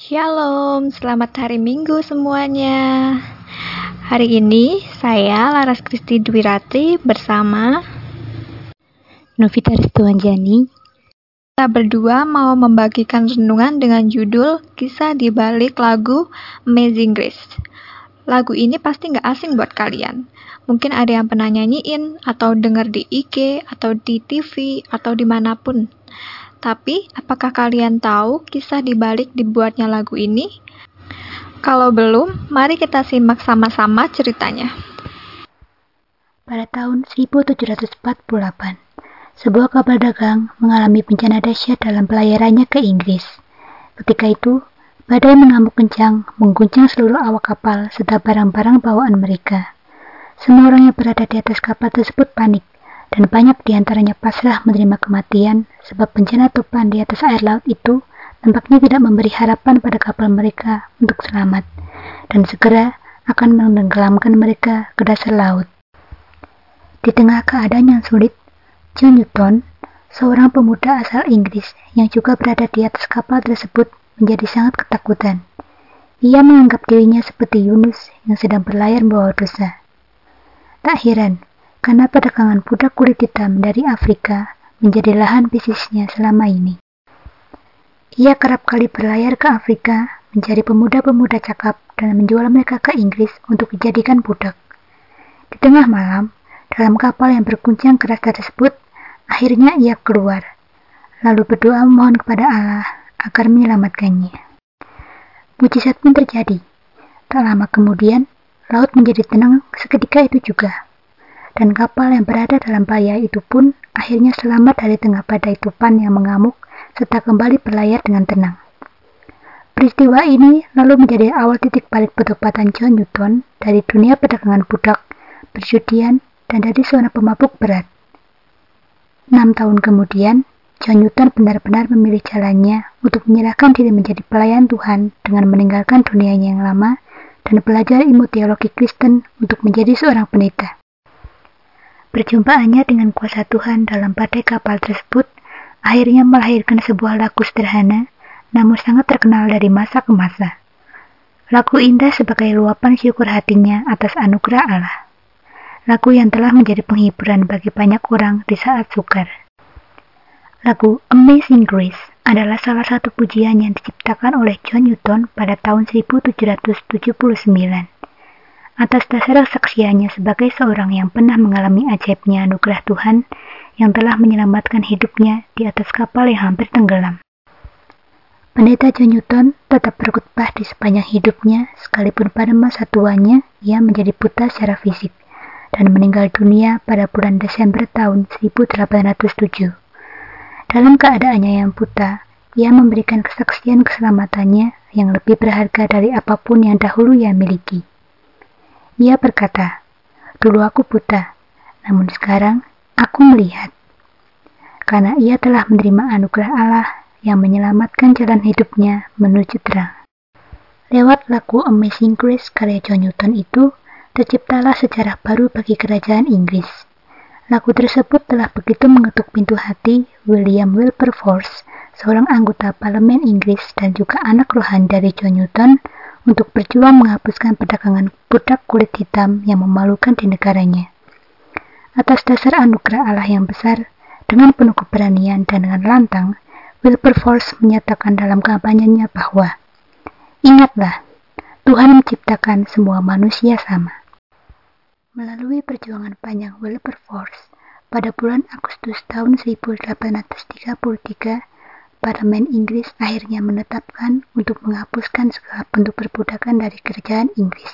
Shalom, selamat hari Minggu semuanya. Hari ini saya Laras Kristi Dwiratri bersama Novita Restuanjani. Kita berdua mau membagikan renungan dengan judul Kisah di Balik Lagu Amazing Grace. Lagu ini pasti nggak asing buat kalian. Mungkin ada yang pernah nyanyiin, atau denger di IG, atau di TV, atau dimanapun. Tapi, apakah kalian tahu kisah di balik dibuatnya lagu ini? Kalau belum, mari kita simak sama-sama ceritanya. Pada tahun 1748, sebuah kapal dagang mengalami bencana dahsyat dalam pelayarannya ke Inggris. Ketika itu, badai mengamuk kencang, mengguncang seluruh awak kapal serta barang-barang bawaan mereka. Semua orang yang berada di atas kapal tersebut panik, dan banyak di antaranya pasrah menerima kematian sebab bencana topan di atas air laut itu tampaknya tidak memberi harapan pada kapal mereka untuk selamat, dan segera akan menenggelamkan mereka ke dasar laut. Di tengah keadaan yang sulit, John Newton, seorang pemuda asal Inggris yang juga berada di atas kapal tersebut, menjadi sangat ketakutan. Ia menganggap dirinya seperti Yunus yang sedang berlayar membawa dosa. Tak heran, karena perdagangan budak kulit hitam dari Afrika menjadi lahan bisnisnya selama ini. Ia kerap kali berlayar ke Afrika, mencari pemuda-pemuda cakap dan menjual mereka ke Inggris untuk dijadikan budak. Di tengah malam, dalam kapal yang berguncang keras tersebut, akhirnya ia keluar, lalu berdoa memohon kepada Allah agar menyelamatkannya. Mujizat pun terjadi. Tak lama kemudian, laut menjadi tenang seketika itu juga, dan kapal yang berada dalam bahaya itu pun akhirnya selamat dari tengah badai topan yang mengamuk serta kembali berlayar dengan tenang. Peristiwa ini lalu menjadi awal titik balik pertobatan John Newton dari dunia perdagangan budak, perjudian, dan dari seorang pemabuk berat. 6 tahun kemudian, John Newton benar-benar memilih jalannya untuk menyerahkan diri menjadi pelayan Tuhan dengan meninggalkan dunianya yang lama dan belajar ilmu teologi Kristen untuk menjadi seorang pendeta. Perjumpaannya dengan kuasa Tuhan dalam badai kapal tersebut akhirnya melahirkan sebuah lagu sederhana namun sangat terkenal dari masa ke masa. Lagu indah sebagai luapan syukur hatinya atas anugerah Allah. Lagu yang telah menjadi penghiburan bagi banyak orang di saat sukar. Lagu Amazing Grace adalah salah satu pujian yang diciptakan oleh John Newton pada tahun 1779. Atas dasar kesaksiannya sebagai seorang yang pernah mengalami ajaibnya anugerah Tuhan yang telah menyelamatkan hidupnya di atas kapal yang hampir tenggelam. Pendeta John Newton tetap berkhotbah di sepanjang hidupnya, sekalipun pada masa tuanya ia menjadi buta secara fisik dan meninggal dunia pada bulan Desember tahun 1807. Dalam keadaannya yang buta, ia memberikan kesaksian keselamatannya yang lebih berharga dari apapun yang dahulu ia miliki. Ia berkata, "Dulu aku buta, namun sekarang aku melihat." Karena ia telah menerima anugerah Allah yang menyelamatkan jalan hidupnya menuju terang. Lewat lagu Amazing Grace karya John Newton itu, terciptalah sejarah baru bagi kerajaan Inggris. Lagu tersebut telah begitu mengetuk pintu hati William Wilberforce, seorang anggota parlemen Inggris dan juga anak rohani dari John Newton, untuk berjuang menghapuskan perdagangan budak kulit hitam yang memalukan di negaranya. Atas dasar anugerah Allah yang besar, dengan penuh keberanian dan dengan lantang, Wilberforce menyatakan dalam kampanyenya bahwa, "Ingatlah, Tuhan menciptakan semua manusia sama." Melalui perjuangan panjang Wilberforce, pada bulan Agustus tahun 1833, Parlemen Inggris akhirnya menetapkan untuk menghapuskan segala bentuk perbudakan dari kerajaan Inggris.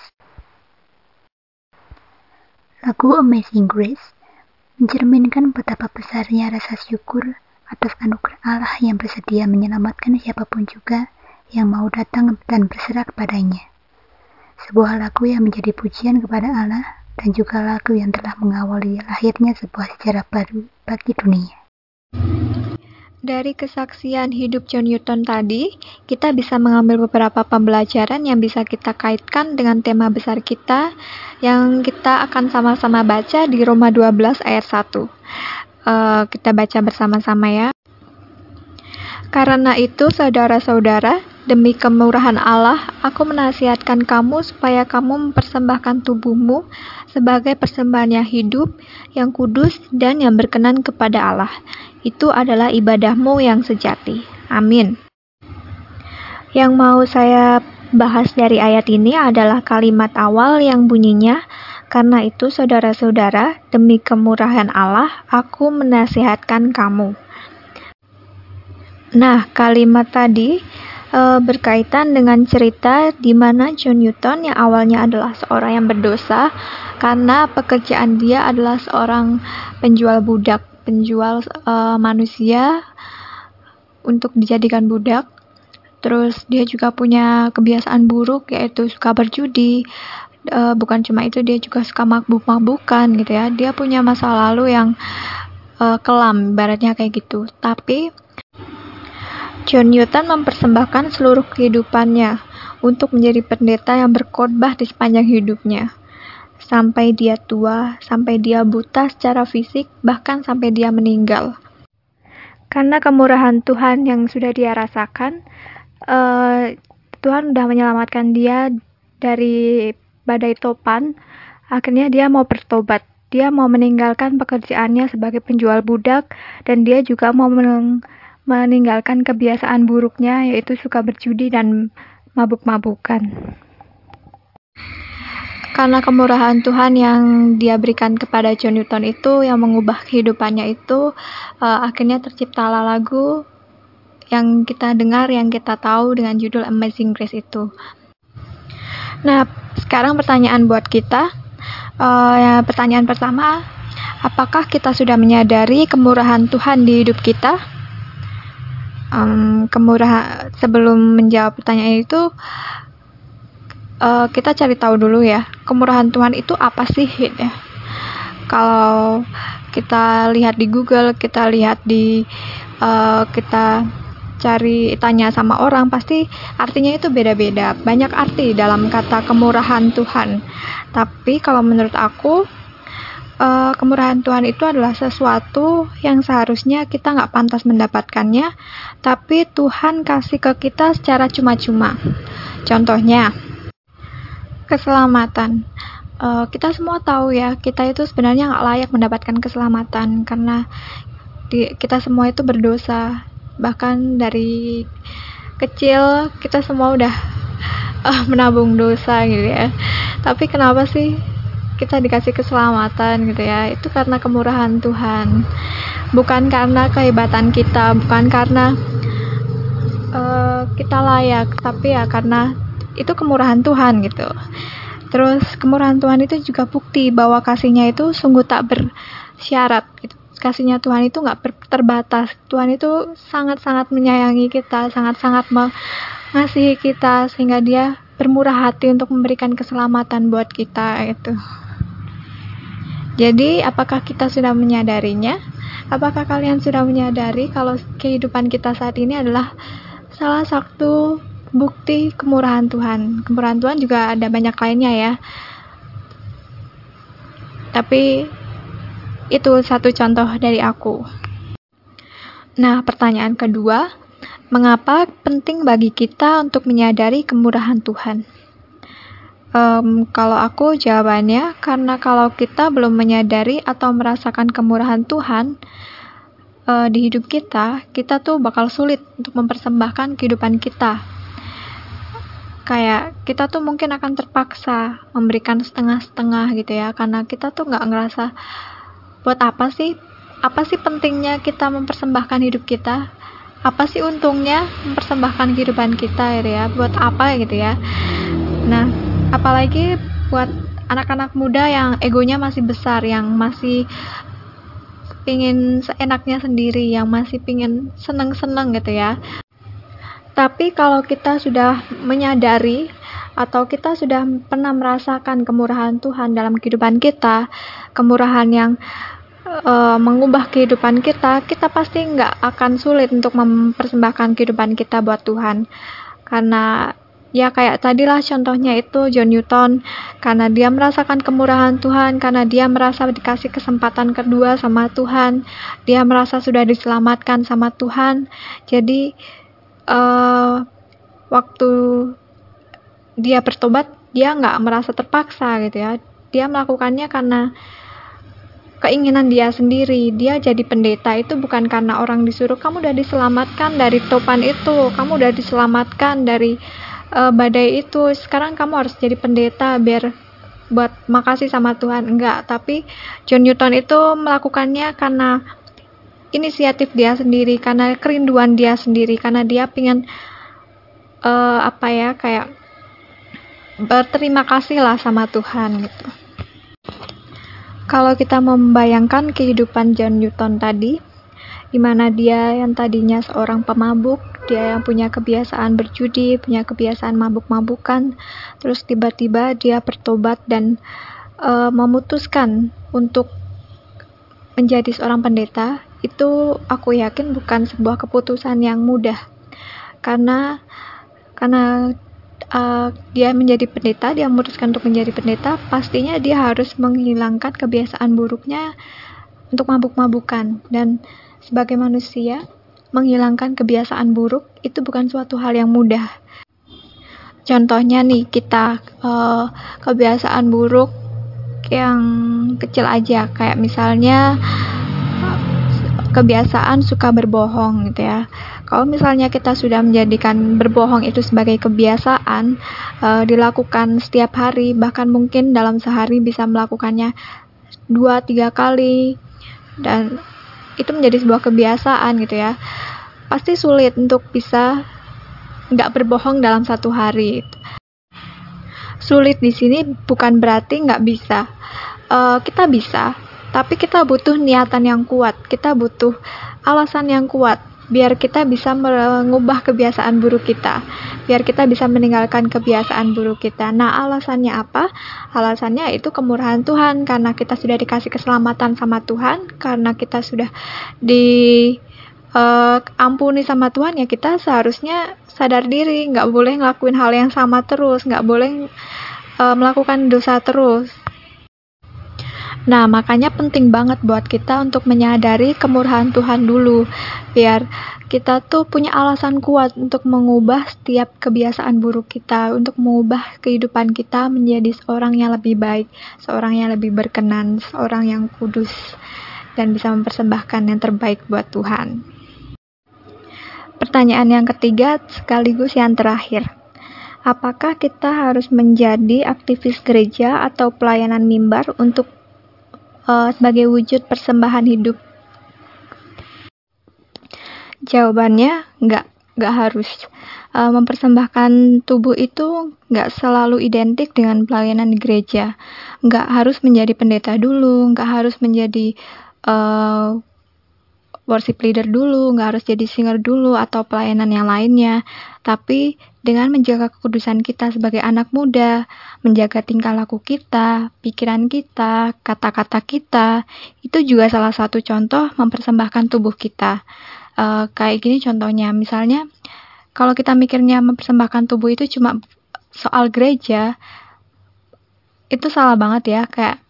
Lagu Amazing Grace mencerminkan betapa besarnya rasa syukur atas anugerah Allah yang bersedia menyelamatkan siapapun juga yang mau datang dan berserah kepadanya. Sebuah lagu yang menjadi pujian kepada Allah dan juga lagu yang telah mengawali lahirnya sebuah sejarah baru bagi dunia. Dari kesaksian hidup John Newton tadi, kita bisa mengambil beberapa pembelajaran yang bisa kita kaitkan dengan tema besar kita yang kita akan sama-sama baca di Roma 12 ayat 1. Kita baca bersama-sama ya. Karena itu, saudara-saudara, Demi kemurahan Allah, aku menasihatkan kamu supaya kamu mempersembahkan tubuhmu sebagai persembahan yang hidup, yang kudus, dan yang berkenan kepada Allah. Itu adalah ibadahmu yang sejati. Amin. Yang mau saya bahas dari ayat ini adalah kalimat awal yang bunyinya, "Karena itu, saudara-saudara, demi kemurahan Allah, aku menasihatkan kamu." Nah, kalimat tadi berkaitan dengan cerita di mana John Newton yang awalnya adalah seorang yang berdosa karena pekerjaan dia adalah seorang penjual budak, penjual manusia untuk dijadikan budak. Terus dia juga punya kebiasaan buruk, yaitu suka berjudi. Bukan cuma itu, dia juga suka mabuk-mabukan gitu ya. Dia punya masa lalu yang kelam, ibaratnya kayak gitu. Tapi John Newton mempersembahkan seluruh kehidupannya untuk menjadi pendeta yang berkhotbah di sepanjang hidupnya. Sampai dia tua, sampai dia buta secara fisik, bahkan sampai dia meninggal. Karena kemurahan Tuhan yang sudah dia rasakan, Tuhan sudah menyelamatkan dia dari badai topan. Akhirnya dia mau bertobat. Dia mau meninggalkan pekerjaannya sebagai penjual budak, dan dia juga mau meninggalkan kebiasaan buruknya, yaitu suka berjudi dan mabuk-mabukan. Karena kemurahan Tuhan yang dia berikan kepada John Newton itu, yang mengubah kehidupannya itu, akhirnya terciptalah lagu yang kita dengar, yang kita tahu dengan judul Amazing Grace itu. Nah, sekarang pertanyaan buat kita. Pertanyaan pertama, apakah kita sudah menyadari kemurahan Tuhan di hidup kita? Sebelum menjawab pertanyaan itu, kita cari tahu dulu ya, kemurahan Tuhan itu apa sih ya? Kalau kita lihat di Google, kita tanya sama orang, pasti artinya itu beda-beda. Banyak arti dalam kata kemurahan Tuhan. Tapi kalau menurut aku, kemurahan Tuhan itu adalah sesuatu yang seharusnya kita nggak pantas mendapatkannya, tapi Tuhan kasih ke kita secara cuma-cuma. Contohnya, keselamatan. Kita semua tahu ya, kita itu sebenarnya nggak layak mendapatkan keselamatan karena kita semua itu berdosa. Bahkan dari kecil kita semua udah menabung dosa gitu ya. Tapi kenapa sih kita dikasih keselamatan gitu ya? Itu karena kemurahan Tuhan, bukan karena kehebatan kita, bukan karena kita layak, tapi ya karena itu kemurahan Tuhan gitu. Terus kemurahan Tuhan itu juga bukti bahwa kasihnya itu sungguh tak bersyarat gitu. Kasihnya Tuhan itu nggak terbatas. Tuhan itu sangat-sangat menyayangi kita, sangat-sangat mengasihi kita, sehingga dia bermurah hati untuk memberikan keselamatan buat kita itu. Jadi, apakah kita sudah menyadarinya? Apakah kalian sudah menyadari kalau kehidupan kita saat ini adalah salah satu bukti kemurahan Tuhan? Kemurahan Tuhan juga ada banyak lainnya ya. Tapi itu satu contoh dari aku. Nah, pertanyaan kedua, mengapa penting bagi kita untuk menyadari kemurahan Tuhan? Kalau aku jawabannya, karena kalau kita belum menyadari atau merasakan kemurahan Tuhan di hidup kita tuh bakal sulit untuk mempersembahkan kehidupan kita. Kayak kita tuh mungkin akan terpaksa memberikan setengah-setengah gitu ya, karena kita tuh nggak ngerasa buat apa sih pentingnya kita mempersembahkan hidup kita, apa sih untungnya mempersembahkan kehidupan kita gitu ya, buat apa gitu ya. Nah, apalagi buat anak-anak muda yang egonya masih besar, yang masih pingin seenaknya sendiri, yang masih pingin seneng-seneng gitu ya. Tapi kalau kita sudah menyadari atau kita sudah pernah merasakan kemurahan Tuhan dalam kehidupan kita, kemurahan yang mengubah kehidupan kita pasti nggak akan sulit untuk mempersembahkan kehidupan kita buat Tuhan. Karena ya kayak tadilah contohnya itu John Newton, karena dia merasakan kemurahan Tuhan, karena dia merasa dikasih kesempatan kedua sama Tuhan, dia merasa sudah diselamatkan sama Tuhan. Jadi waktu dia bertobat, dia nggak merasa terpaksa gitu ya. Dia melakukannya karena keinginan dia sendiri. Dia jadi pendeta itu bukan karena orang disuruh. Kamu udah diselamatkan dari topan itu, kamu udah diselamatkan dari badai itu, sekarang kamu harus jadi pendeta biar buat makasih sama Tuhan. Enggak, tapi John Newton itu melakukannya karena inisiatif dia sendiri, karena kerinduan dia sendiri, karena dia pengen kayak berterima kasih lah sama Tuhan gitu. Kalau kita membayangkan kehidupan John Newton tadi, di mana dia yang tadinya seorang pemabuk, dia yang punya kebiasaan berjudi, punya kebiasaan mabuk-mabukan, terus tiba-tiba dia bertobat dan memutuskan untuk menjadi seorang pendeta, itu aku yakin bukan sebuah keputusan yang mudah, karena dia menjadi pendeta, dia memutuskan untuk menjadi pendeta, pastinya dia harus menghilangkan kebiasaan buruknya untuk mabuk-mabukan. Dan sebagai manusia, menghilangkan kebiasaan buruk itu bukan suatu hal yang mudah. Contohnya nih, kita kebiasaan buruk yang kecil aja, kayak misalnya kebiasaan suka berbohong gitu ya. Kalau misalnya kita sudah menjadikan berbohong itu sebagai kebiasaan, dilakukan setiap hari, bahkan mungkin dalam sehari bisa melakukannya 2-3 kali, dan itu menjadi sebuah kebiasaan gitu ya, pasti sulit untuk bisa nggak berbohong dalam satu hari. Sulit di sini bukan berarti nggak bisa. Kita bisa, tapi kita butuh niatan yang kuat, kita butuh alasan yang kuat biar kita bisa mengubah kebiasaan buruk kita, biar kita bisa meninggalkan kebiasaan buruk kita. Nah, alasannya apa? Alasannya itu kemurahan Tuhan, karena kita sudah dikasih keselamatan sama Tuhan, karena kita sudah ampuni sama Tuhan, ya kita seharusnya sadar diri, nggak boleh ngelakuin hal yang sama terus, nggak boleh melakukan dosa terus. Nah, makanya penting banget buat kita untuk menyadari kemurahan Tuhan dulu, biar kita tuh punya alasan kuat untuk mengubah setiap kebiasaan buruk kita, untuk mengubah kehidupan kita menjadi seorang yang lebih baik, seorang yang lebih berkenan, seorang yang kudus, dan bisa mempersembahkan yang terbaik buat Tuhan. Pertanyaan yang ketiga sekaligus yang terakhir. Apakah kita harus menjadi aktivis gereja atau pelayanan mimbar untuk sebagai wujud persembahan hidup? Jawabannya nggak harus. Mempersembahkan tubuh itu nggak selalu identik dengan pelayanan di gereja. Nggak harus menjadi pendeta dulu, nggak harus menjadi worship leader dulu, nggak harus jadi singer dulu atau pelayanan yang lainnya. Tapi dengan menjaga kekudusan kita sebagai anak muda, menjaga tingkah laku kita, pikiran kita, kata-kata kita, itu juga salah satu contoh mempersembahkan tubuh kita. Kayak gini contohnya, misalnya kalau kita mikirnya mempersembahkan tubuh itu cuma soal gereja, itu salah banget ya. Kayak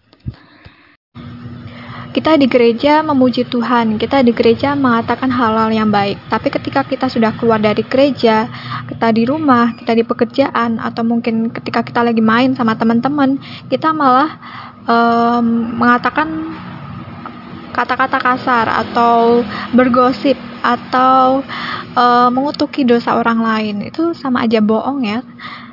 kita di gereja memuji Tuhan, kita di gereja mengatakan hal-hal yang baik. Tapi ketika kita sudah keluar dari gereja, kita di rumah, kita di pekerjaan, atau mungkin ketika kita lagi main sama teman-teman, kita malah mengatakan kata-kata kasar, atau bergosip, atau mengutuki dosa orang lain. Itu sama aja bohong ya.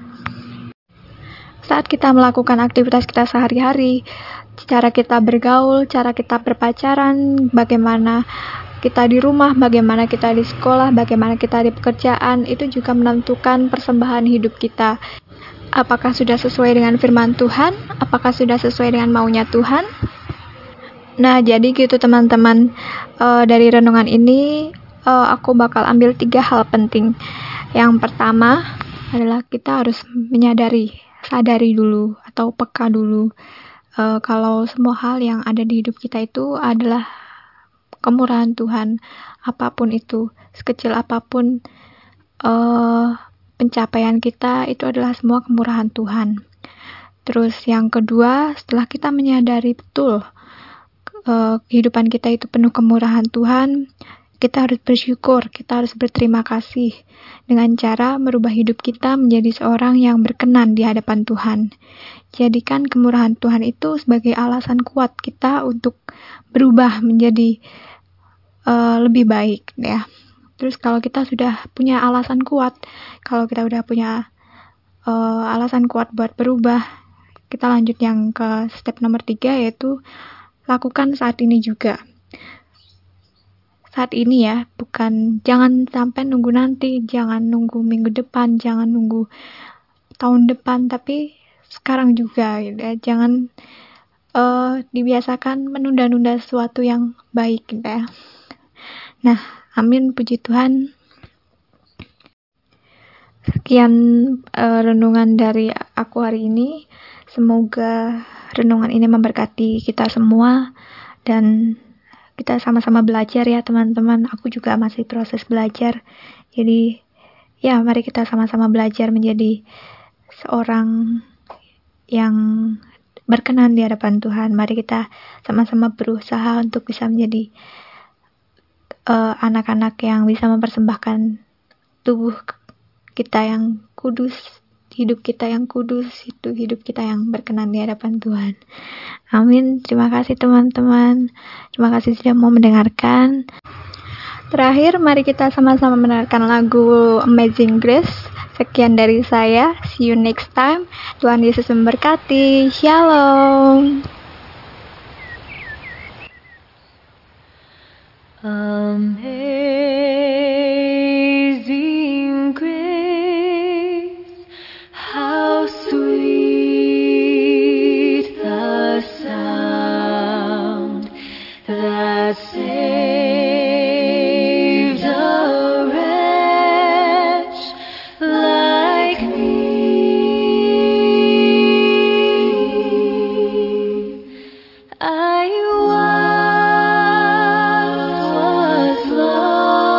Saat kita melakukan aktivitas kita sehari-hari, cara kita bergaul, cara kita berpacaran, bagaimana kita di rumah, bagaimana kita di sekolah, bagaimana kita di pekerjaan, itu juga menentukan persembahan hidup kita. Apakah sudah sesuai dengan firman Tuhan? Apakah sudah sesuai dengan maunya Tuhan? Nah, jadi gitu teman-teman. Dari renungan ini, aku bakal ambil 3 hal penting. Yang pertama adalah kita harus sadari dulu, atau peka dulu, kalau semua hal yang ada di hidup kita itu adalah kemurahan Tuhan. Apapun itu, sekecil apapun pencapaian kita, itu adalah semua kemurahan Tuhan. Terus yang kedua, setelah kita menyadari betul kehidupan kita itu penuh kemurahan Tuhan, Kita harus bersyukur, kita harus berterima kasih dengan cara merubah hidup kita menjadi seorang yang berkenan di hadapan Tuhan. Jadikan kemurahan Tuhan itu sebagai alasan kuat kita untuk berubah menjadi lebih baik ya. Terus kalau kita sudah punya alasan kuat, kalau kita udah punya alasan kuat buat berubah, kita lanjut yang ke step nomor 3, yaitu lakukan saat ini juga. Saat ini ya, jangan sampai nunggu nanti, jangan nunggu minggu depan, jangan nunggu tahun depan, tapi sekarang juga gitu ya. Jangan dibiasakan menunda-nunda sesuatu yang baik gitu ya. Nah, amin, puji Tuhan. Sekian renungan dari aku hari ini. Semoga renungan ini memberkati kita semua dan kita sama-sama belajar ya teman-teman. Aku juga masih proses belajar. Jadi ya, mari kita sama-sama belajar menjadi seorang yang berkenan di hadapan Tuhan. Mari kita sama-sama berusaha untuk bisa menjadi anak-anak yang bisa mempersembahkan tubuh kita yang kudus, hidup kita yang kudus, itu hidup kita yang berkenan di hadapan Tuhan. Amin. Terima kasih teman-teman. Terima kasih sudah mau mendengarkan. Terakhir, mari kita sama-sama mendengarkan lagu Amazing Grace. Sekian dari saya. See you next time. Tuhan Yesus memberkati. Shalom. Amazing grace, how sweet the sound that saved a wretch like me. I once was lost,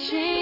changing.